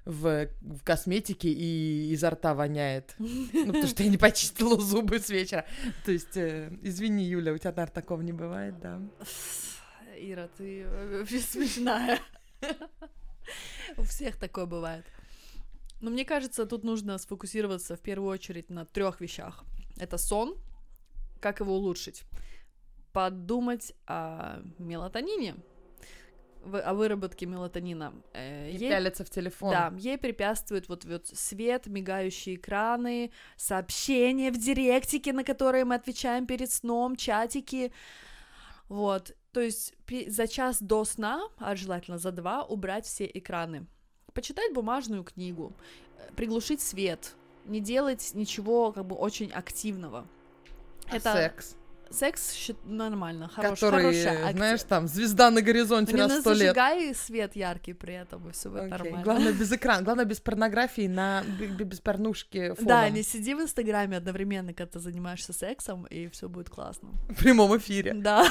в, в косметике и изо рта воняет. Ну, потому что я не почистила зубы с вечера. То есть, э, извини, Юля, у тебя, наверное, такого не бывает, да? Ира, ты вообще смешная. У всех такое бывает. Но мне кажется, тут нужно сфокусироваться в первую очередь на трех вещах. Это сон, как его улучшить, подумать о мелатонине, о выработке мелатонина. И ей, пялиться в телефон. Да, ей препятствует вот, вот свет, мигающие экраны, сообщения в директике, на которые мы отвечаем перед сном, чатики. Вот, то есть за час до сна, а желательно за два, убрать все экраны. Почитать бумажную книгу, приглушить свет, не делать ничего как бы очень активного. А Это... секс? Секс нормально, хорош, Который, хорошая акция. Знаешь, там, звезда на горизонте раз в сто лет. Не зажигай свет яркий при этом, и все будет okay. нормально. Главное, без экрана, главное, без порнографии, на, без порнушки фоном. Да, не сиди в Инстаграме одновременно, когда ты занимаешься сексом, и все будет классно. В прямом эфире. Да.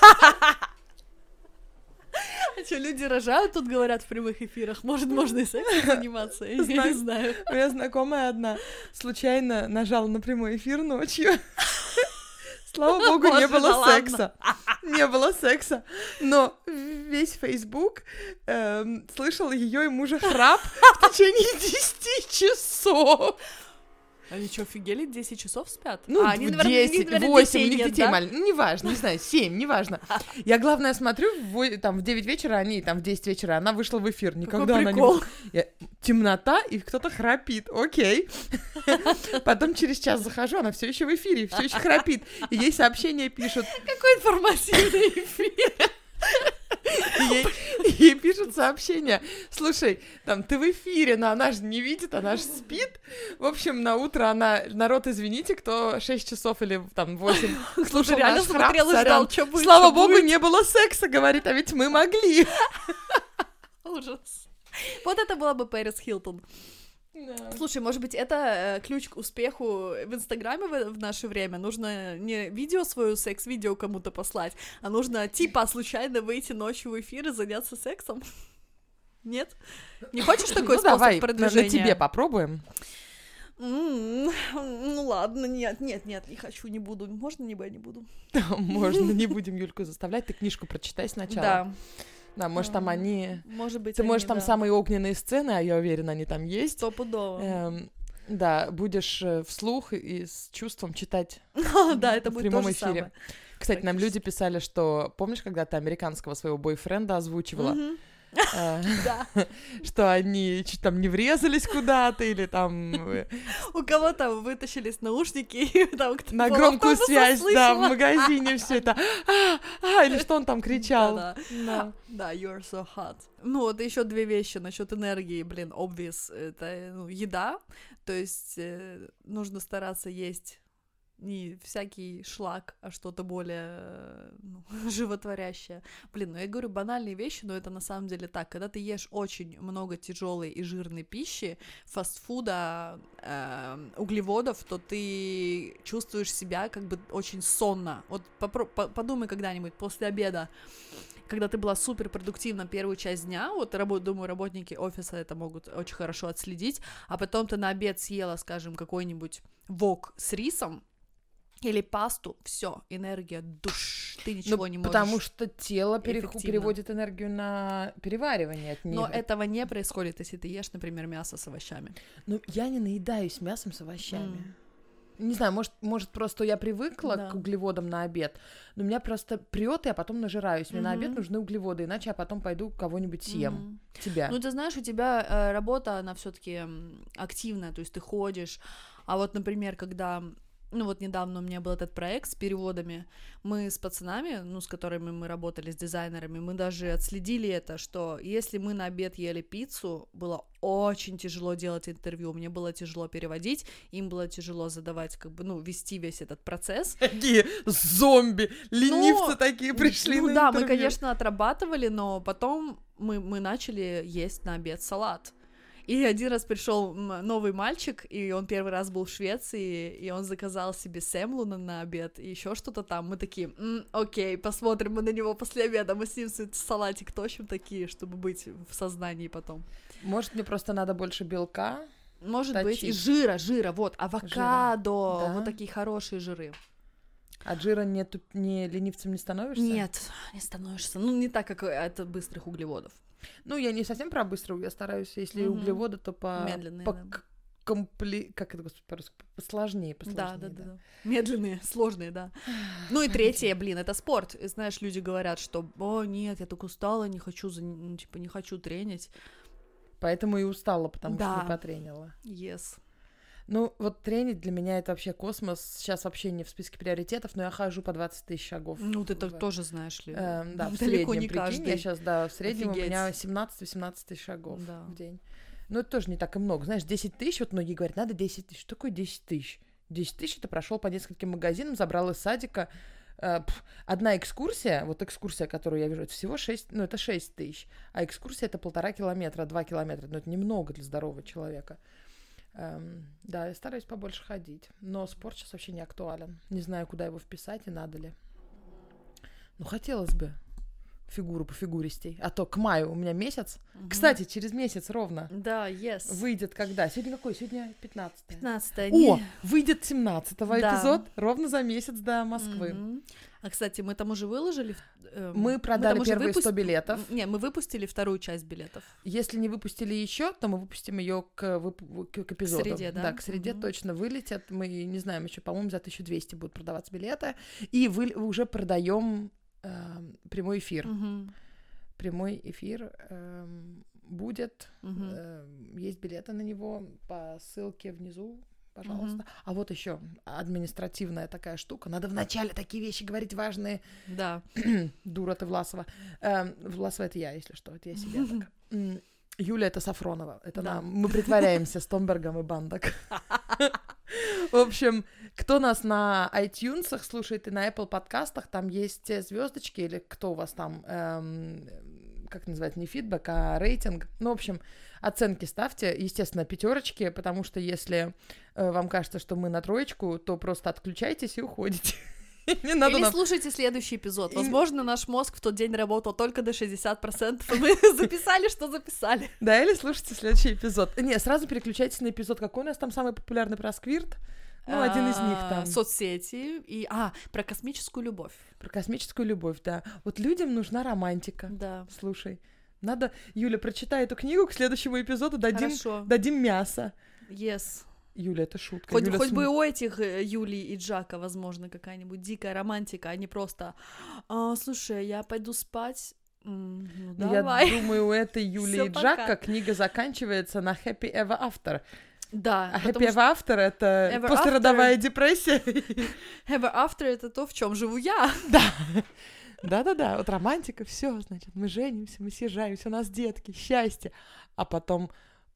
А что, люди рожают тут, говорят, в прямых эфирах? Может, можно и сексом заниматься? Я не знаю. У меня знакомая одна случайно нажала на прямой эфир ночью. Слава богу, не было секса. Не было секса. Но весь Facebook слышал ее и мужа храп в течение десяти часов. Они что, офигели, десять часов спят? Ну, а, они, наверное, десять, восемь, у них детей да? маленьких, ну, неважно, не знаю, семь, неважно. Я, главное, смотрю, в, там, в девять вечера, они, там, в десять вечера, она вышла в эфир, никогда Какой она прикол. не... Я... Темнота, и кто-то храпит, окей. Потом через час захожу, она все еще в эфире, все еще храпит, и ей сообщения пишут. Какой информативный эфир! Ей, ей пишут сообщения. Слушай, там, ты в эфире, но она же не видит, она же спит. В общем, на утро она... Народ, извините, кто шесть часов или там восемь слушал реально наш храп, смотрел и ждал, что будет. Слава что богу, будет. не было секса, говорит, а ведь мы могли. Ужас. Вот это была бы Пэрис Хилтон. Да. Слушай, может быть, это э, ключ к успеху в Инстаграме в, в наше время? Нужно не видео свою, секс-видео кому-то послать, а нужно типа случайно выйти ночью в эфир и заняться сексом? Нет? Не хочешь такой ну, способ давай, продвижения? На, на тебе попробуем. Mm, ну ладно, нет, нет, нет, не хочу, не буду. Можно не бы, не буду? Можно, не будем Юльку заставлять. Ты книжку прочитай сначала. Да. Да, может, там они... Может быть, Ты они, можешь там да. самые огненные сцены, а я уверена, они там есть. Стопудово. Эм, да, будешь э, вслух и с чувством читать да, это в будет прямом то же эфире. самое. Кстати, нам люди писали, что... Помнишь, когда ты американского своего бойфренда озвучивала? Что они чуть там не врезались куда-то, или там... У кого там вытащились наушники, и там кто-то на громкую связь, да, в магазине все это. А, или что он там кричал. Да, да, you're so hot. Ну, вот еще две вещи насчет энергии, блин, obvious. Это ну, еда, то есть э, нужно стараться есть не всякий шлак, а что-то более ну, животворящее. Блин, ну я говорю банальные вещи, но это на самом деле так. Когда ты ешь очень много тяжелой и жирной пищи, фастфуда, э, углеводов, то ты чувствуешь себя как бы очень сонно. Вот попро- по- подумай когда-нибудь после обеда, когда ты была супер продуктивна первую часть дня, вот, раб- думаю, работники офиса это могут очень хорошо отследить, а потом ты на обед съела, скажем, какой-нибудь вок с рисом, или пасту, все, энергия, душ, ты ничего ну, не можешь. Потому что тело перех... переводит энергию на переваривание от Но этого не происходит, если ты ешь, например, мясо с овощами. Ну, я не наедаюсь мясом с овощами. Mm. Не знаю, может, может, просто я привыкла да. к углеводам на обед, но меня просто прёт, и я потом нажираюсь. Мне mm-hmm. на обед нужны углеводы, иначе я потом пойду кого-нибудь съем. Mm-hmm. Тебя. Ну, ты знаешь, у тебя э, работа, она все-таки активная, то есть ты ходишь, а вот, например, когда... Ну вот недавно у меня был этот проект с переводами, мы с пацанами, ну с которыми мы работали, с дизайнерами, мы даже отследили это, что если мы на обед ели пиццу, было очень тяжело делать интервью, мне было тяжело переводить, им было тяжело задавать, как бы, ну, вести весь этот процесс. Какие зомби, ленивцы ну, такие пришли ну, на да, интервью. мы, конечно, отрабатывали, но потом мы, мы начали есть на обед салат. И один раз пришел новый мальчик, и он первый раз был в Швеции, и он заказал себе семлу на, на обед, и еще что-то там. Мы такие, М, окей, посмотрим мы на него после обеда, мы с ним салатик точим такие, чтобы быть в сознании потом. Может, мне просто надо больше белка? Может точить. быть, и жира, жира, вот, авокадо, Да. вот такие хорошие жиры. От жира не, туп... не ленивцем не становишься? Нет, не становишься, ну, не так, как от быстрых углеводов. Ну, я не совсем про быструю, я стараюсь, если Мгм. углеводы, то по... Медленные, по да. к- компли... Как это, господи, по-русски? Посложнее, посложнее, Да, да, да, да. Медленные, сложные, да. Ну и третье, блин, это спорт. И, знаешь, люди говорят, что, о, нет, я так устала, не хочу, за... ну, типа, не хочу тренить. Поэтому и устала, потому Да. что не потренила. Yes. Ну, вот тренить для меня это вообще космос. Сейчас вообще не в списке приоритетов, но я хожу по двадцать тысяч шагов. Ну, ты это в- тоже знаешь ли. Эм, да, в Далеко среднем, не прикинь, каждый. я сейчас, да, в среднем Офигеть. у меня семнадцать-восемнадцать тысяч шагов Да. в день. Ну, это тоже не так и много. Знаешь, десять тысяч, вот многие говорят, надо десять тысяч. Что такое десять тысяч? десять тысяч это прошел по нескольким магазинам, забрал из садика. Э, пф, одна экскурсия, вот экскурсия, которую я вижу, это всего шесть, ну, это шесть тысяч. А экскурсия это полтора километра, два километра. Ну, это немного для здорового человека. Эм, да, я стараюсь побольше ходить. Но спорт сейчас вообще не актуален. Не знаю, куда его вписать и надо ли. Ну, хотелось бы фигуру по фигуристей. А то к маю у меня месяц. Мгм. Кстати, через месяц ровно Да, yes. выйдет когда? Сегодня какой? Сегодня пятнадцатое. пятнадцатое. О, выйдет семнадцатого Да. эпизод ровно за месяц до Москвы. Мгм. А, кстати, мы там уже выложили... э, Мы продали там уже первые выпус- сто билетов. Не, мы выпустили вторую часть билетов. Если не выпустили еще, то мы выпустим ее к, вып- к, к эпизоду. среде, да? к среде Мгм. точно вылетят. Мы не знаем еще, по-моему, за тысячу двести будут продаваться билеты. И вы уже продаем э, прямой эфир. Мгм. Прямой эфир эм, будет. Мгм. Эм, есть билеты на него по ссылке внизу. Пожалуйста. Мгм. А вот еще административная такая штука. Надо вначале такие вещи говорить важные. Да. Дура ты, Власова. Эм, Власова это я, если что. Это я себя так. М, Юля это Сафронова. Это Да. нам. Мы притворяемся Стомбергом и Бандок. В общем, кто нас на iTunes слушает и на Apple подкастах, там есть звездочки или кто у вас там, эм, как называется, не фидбэк, а рейтинг. Ну, в общем, оценки ставьте, естественно, пятерочки, потому что если э, вам кажется, что мы на троечку, то просто отключайтесь и уходите. Не надо Или нам... слушайте следующий эпизод. И- Возможно, наш мозг в тот день работал только до шестьдесят процентов, и мы записали, что записали. Да, или слушайте следующий эпизод. Не, сразу переключайтесь на эпизод. Какой у нас там самый популярный про сквирт? Ну, один из них А, там. Соцсети и... А, про космическую любовь. Про космическую любовь, да. Вот людям нужна романтика. Да. Слушай, надо... Юля, прочитай эту книгу, к следующему эпизоду дадим, Хорошо. дадим мясо. Yes. Юля, это шутка. Хоть, Юля хоть бы см- у этих э, Юли и Джака, возможно, какая-нибудь дикая романтика, а не просто «А, слушай, я пойду спать». М, ну, Ну, давай. Я думаю, у этой Юли Всё, и пока. Джака книга заканчивается на Happy Ever After. Да, А потому Happy Ever After — это Ever послеродовая депрессия. Ever After — это то, в чем живу я. Да. Да-да-да, вот романтика, все, значит, мы женимся, мы съезжаемся, у нас детки, счастье. А потом...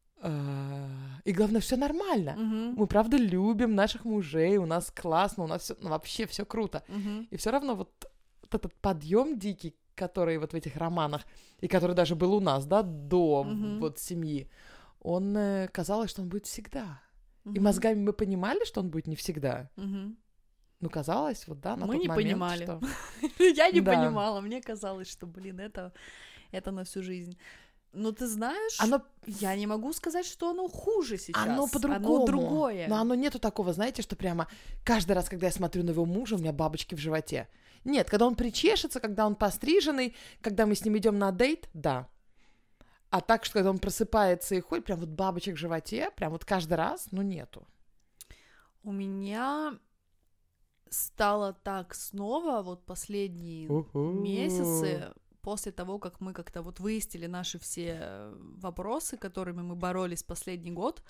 э, И главное, все нормально. Мгм, Мы правда любим наших мужей, у нас классно, у нас все, вообще все круто. мгм. И все равно вот, вот этот подъем дикий, который вот в этих романах, и который даже был у нас, да, до Мгм. вот семьи, он э, казалось, что он будет всегда. И Мгм. мозгами мы понимали, что он будет не всегда. Мгм. Ну, казалось, вот да, на Мы тот не момент, понимали. что... Я не Да. понимала, мне казалось, что, блин, это, это на всю жизнь. Но ты знаешь, Оно, я не могу сказать, что оно хуже сейчас. оно по-другому. Оно другое. Но оно нету такого, знаете, что прямо каждый раз, когда я смотрю на его мужа, у меня бабочки в животе. Нет, когда он причешется, когда он постриженный, когда мы с ним идем на дейт, да. А так, что когда он просыпается и ходит, прям вот бабочек в животе, прям вот каждый раз, ну, нету. У меня стало так снова вот последние месяцы, после того, как мы как-то вот выяснили наши все вопросы, которыми мы боролись последний год.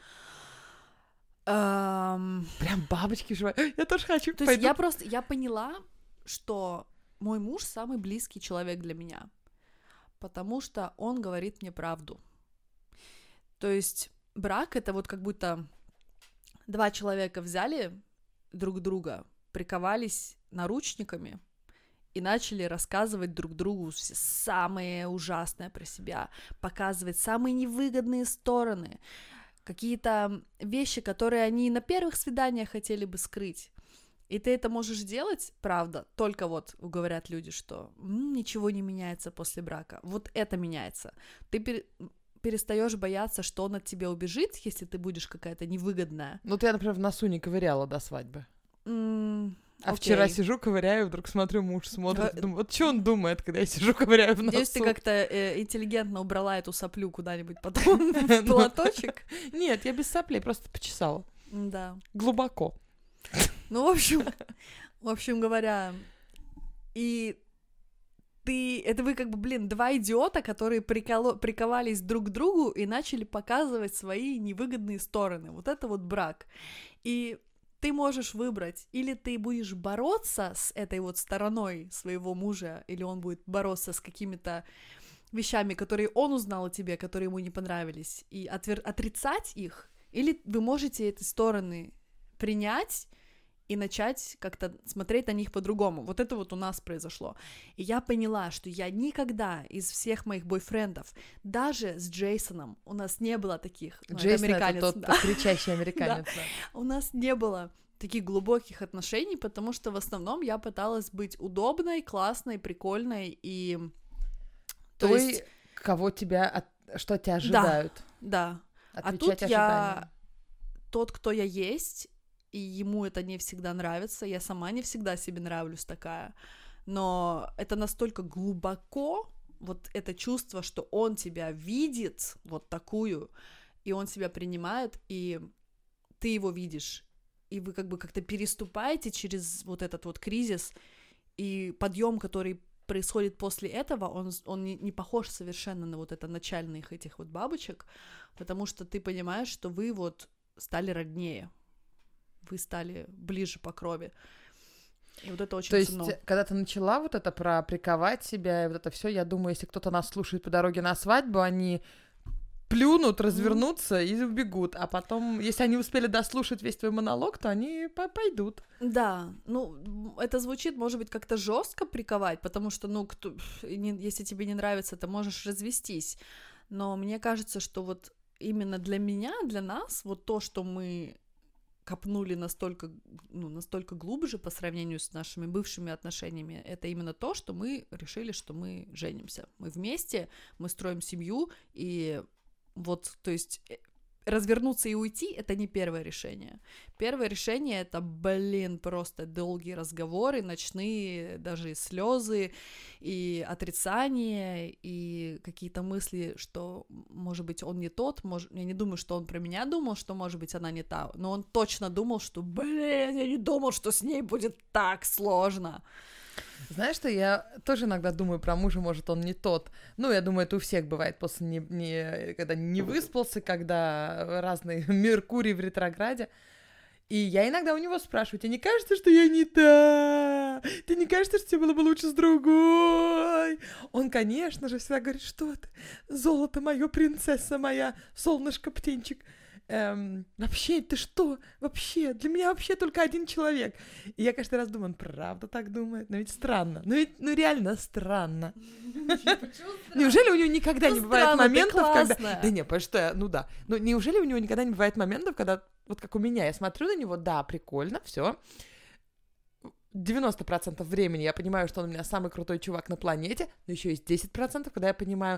Эм, Прям бабочки в животе. Я тоже хочу. То есть пойду. я просто, я поняла, что мой муж самый близкий человек для меня, потому что он говорит мне правду. То есть брак — это вот как будто два человека взяли друг друга, приковались наручниками и начали рассказывать друг другу все самое ужасное про себя, показывать самые невыгодные стороны, какие-то вещи, которые они на первых свиданиях хотели бы скрыть. И ты это можешь делать, правда, только вот говорят люди, что м-м, ничего не меняется после брака. Вот это меняется. Ты пер... перестаешь бояться, что он от тебя убежит, если ты будешь какая-то невыгодная. Ну, ты, я, например, в носу не ковыряла до свадьбы. Mm, а окей. вчера сижу, ковыряю, вдруг смотрю, муж смотрит, думаю, вот что он думает, когда я сижу, ковыряю в носу? Надеюсь, ты как-то э, интеллигентно убрала эту соплю куда-нибудь потом в платочек? Нет, я без соплей, просто почесала. Да. Глубоко. Ну, в общем, в общем говоря, и ты, это вы как бы, блин, два идиота, которые приколо, приковались друг к другу и начали показывать свои невыгодные стороны. Вот это вот брак. И ты можешь выбрать, или ты будешь бороться с этой вот стороной своего мужа, или он будет бороться с какими-то вещами, которые он узнал о тебе, которые ему не понравились, и отвер- отрицать их, или вы можете эти стороны принять и начать как-то смотреть на них по-другому. Вот это вот у нас произошло. И я поняла, что я никогда из всех моих бойфрендов, даже с Джейсоном, у нас не было таких... Ну, Джейсон — это американец, это тот да. кричащий американец. Да. У нас не было таких глубоких отношений, потому что в основном я пыталась быть удобной, классной, прикольной и... То Той, есть... кого тебя... От... Что тебя ожидают. Да, да. Отвечать а тут ожиданиям. Я тот, кто я есть, и ему это не всегда нравится, я сама не всегда себе нравлюсь такая, но это настолько глубоко, вот это чувство, что он тебя видит вот такую, и он тебя принимает, и ты его видишь, и вы как бы как-то переступаете через вот этот вот кризис, и подъем, который происходит после этого, он, он не, не похож совершенно на вот это начальных этих вот бабочек, потому что ты понимаешь, что вы вот стали роднее, вы стали ближе по крови. И вот это очень То ценно. есть, когда ты начала вот это про приковать себя и вот это все, я думаю, если кто-то нас слушает по дороге на свадьбу, они плюнут, развернутся mm. и убегут. А потом, если они успели дослушать весь твой монолог, то они пойдут. Да, ну, это звучит, может быть, как-то жестко приковать, потому что, ну, кто, если тебе не нравится, ты можешь развестись. Но мне кажется, что вот именно для меня, для нас, вот то, что мы копнули настолько, ну, настолько глубже по сравнению с нашими бывшими отношениями, это именно то, что мы решили, что мы женимся. Мы вместе, мы строим семью, и вот, то есть, развернуться и уйти — это не первое решение. Первое решение — это, блин, просто долгие разговоры, ночные даже слезы, и отрицание, и какие-то мысли, что, может быть, он не тот, может... я не думаю, что он про меня думал, что, может быть, она не та, но он точно думал, что, блин, я не думал, что с ней будет так сложно. Знаешь что, я тоже иногда думаю про мужа, может, он не тот. Ну, я думаю, это у всех бывает после не, не, когда не выспался, когда разный Меркурий в ретрограде. И я иногда у него спрашиваю: тебе не кажется, что я не та? Тебе не кажется, что тебе было бы лучше с другой? Он, конечно же, всегда говорит: что ты, золото мое, принцесса моя, солнышко-птенчик. Эм, вообще, ты что? Вообще, для меня вообще только один человек. И я каждый раз думаю, он правда так думает? Но ведь странно. Ну ведь, ну реально странно. Неужели у него никогда не бывает моментов, когда... Да не, потому что, ну да. Ну неужели у него никогда не бывает моментов, когда, вот как у меня, я смотрю на него, да, прикольно, все. девяносто процентов времени я понимаю, что он у меня самый крутой чувак на планете, но еще есть десять процентов, когда я понимаю,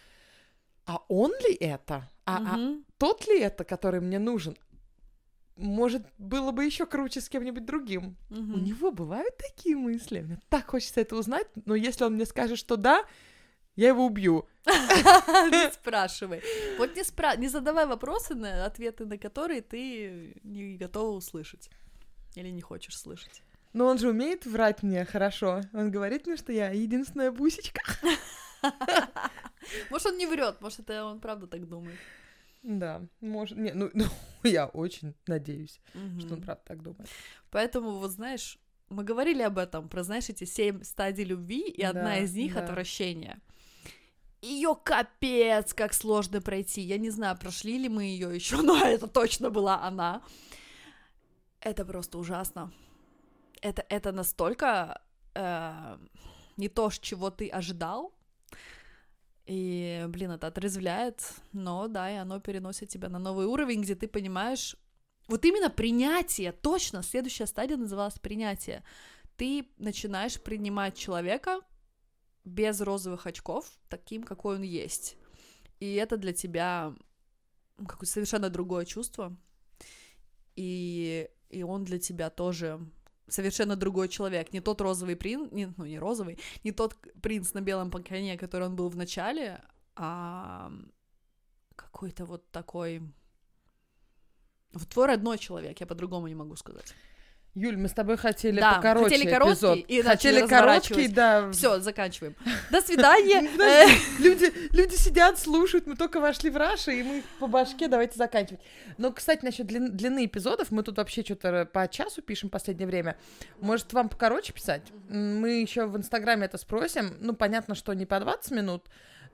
а он ли это? А, mm-hmm. а тот ли это, который мне нужен? Может, было бы еще круче с кем-нибудь другим. Mm-hmm. У него бывают такие мысли. Мне так хочется это узнать, но если он мне скажет, что да, я его убью. Не спрашивай. Вот не спра... не задавай вопросы, на ответы на которые ты не готова услышать. Или не хочешь слышать. Но он же умеет врать мне хорошо. Он говорит мне, что я единственная бусечка. Может, он не врет, может, это он правда так думает. Да, может. Не, ну, ну я очень надеюсь, угу. что он правда так думает. Поэтому, вот знаешь, мы говорили об этом, про, знаешь, эти семь стадий любви, и да, одна из них да. — отвращение. Ее капец, как сложно пройти. Я не знаю, прошли ли мы ее еще, но это точно была она. Это просто ужасно. Это, это настолько э, не то, чего ты ожидал, и, блин, это отрезвляет, но, да, и оно переносит тебя на новый уровень, где ты понимаешь, вот именно принятие, точно, следующая стадия называлась принятие. Ты начинаешь принимать человека без розовых очков, таким, какой он есть. И это для тебя какое-то совершенно другое чувство, и, и он для тебя тоже совершенно другой человек, не тот розовый принц, не, ну не розовый, не тот принц на белом коне, который он был в начале, а какой-то вот такой, вот твой родной человек, я по-другому не могу сказать. Юль, мы с тобой хотели да, покороче хотели короткий эпизод. И хотели короткий, да. Все, заканчиваем. До свидания. Люди, люди сидят, слушают, мы только вошли в Раши, и мы по башке, давайте заканчивать. Но, кстати, насчет длин, длины эпизодов, мы тут вообще что-то по часу пишем в последнее время. Может, вам покороче писать? Мы еще в Инстаграме это спросим. Ну, понятно, что не по двадцать минут,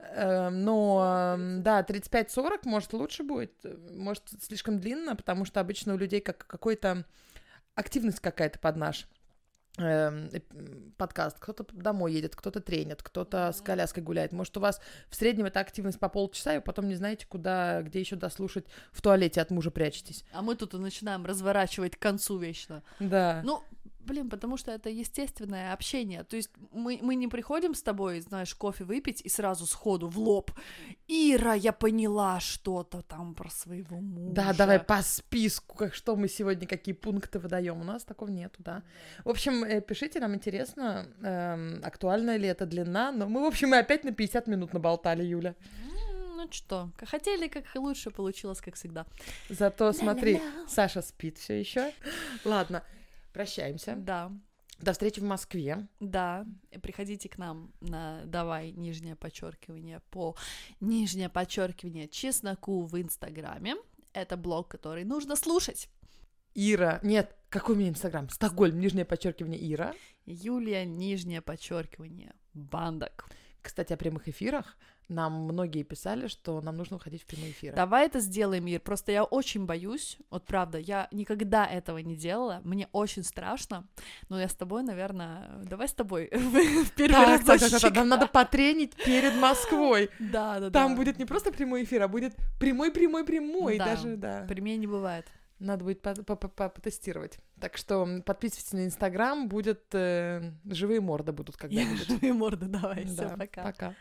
но, да, тридцать пять сорок, может, лучше будет. Может, слишком длинно, потому что обычно у людей как какой-то активность какая-то под наш э, подкаст. Кто-то домой едет, кто-то тренит, кто-то с коляской гуляет. Может, у вас в среднем эта активность по полчаса, и вы потом не знаете, куда, где еще дослушать, в туалете от мужа прячетесь. А мы тут и начинаем разворачивать к концу вечно. Да. Ну, блин, потому что это естественное общение. То есть мы, мы не приходим с тобой, знаешь, кофе выпить и сразу сходу в лоб. Ира, я поняла что-то там про своего мужа. Да, давай по списку, как, что мы сегодня, какие пункты выдаем. У нас такого нету, да. В общем, э, пишите, нам интересно, э, актуальна ли эта длина. Но мы, в общем, мы опять на пятьдесят минут наболтали, Юля. Ну что, как хотели, как лучше получилось, как всегда. Зато смотри, Саша спит все еще. Ладно. Прощаемся. Да. До встречи в Москве. Да. Приходите к нам на «Давай, нижнее подчеркивание» по нижнее подчеркивание чесноку в Инстаграме. Это блог, который нужно слушать. Ира. Нет, какой у меня Инстаграм? Стокгольм, нижнее подчеркивание Ира. Юлия, нижнее подчеркивание Бандок. Кстати, о прямых эфирах. Нам многие писали, что нам нужно уходить в прямые эфиры. Давай это сделаем, Ир. Просто я очень боюсь. Вот правда, я никогда этого не делала. Мне очень страшно. Но я с тобой, наверное... Давай с тобой в первый раз. Так, так, так, нам надо потренить перед Москвой. Да, да, да. Там будет не просто прямой эфир, а будет прямой-прямой-прямой. Да, даже, да. Прямее не бывает. Надо будет потестировать. Так что подписывайтесь на Инстаграм, будет... Э, живые морды будут когда-нибудь. Живые морды, давай, да, все, пока. Пока.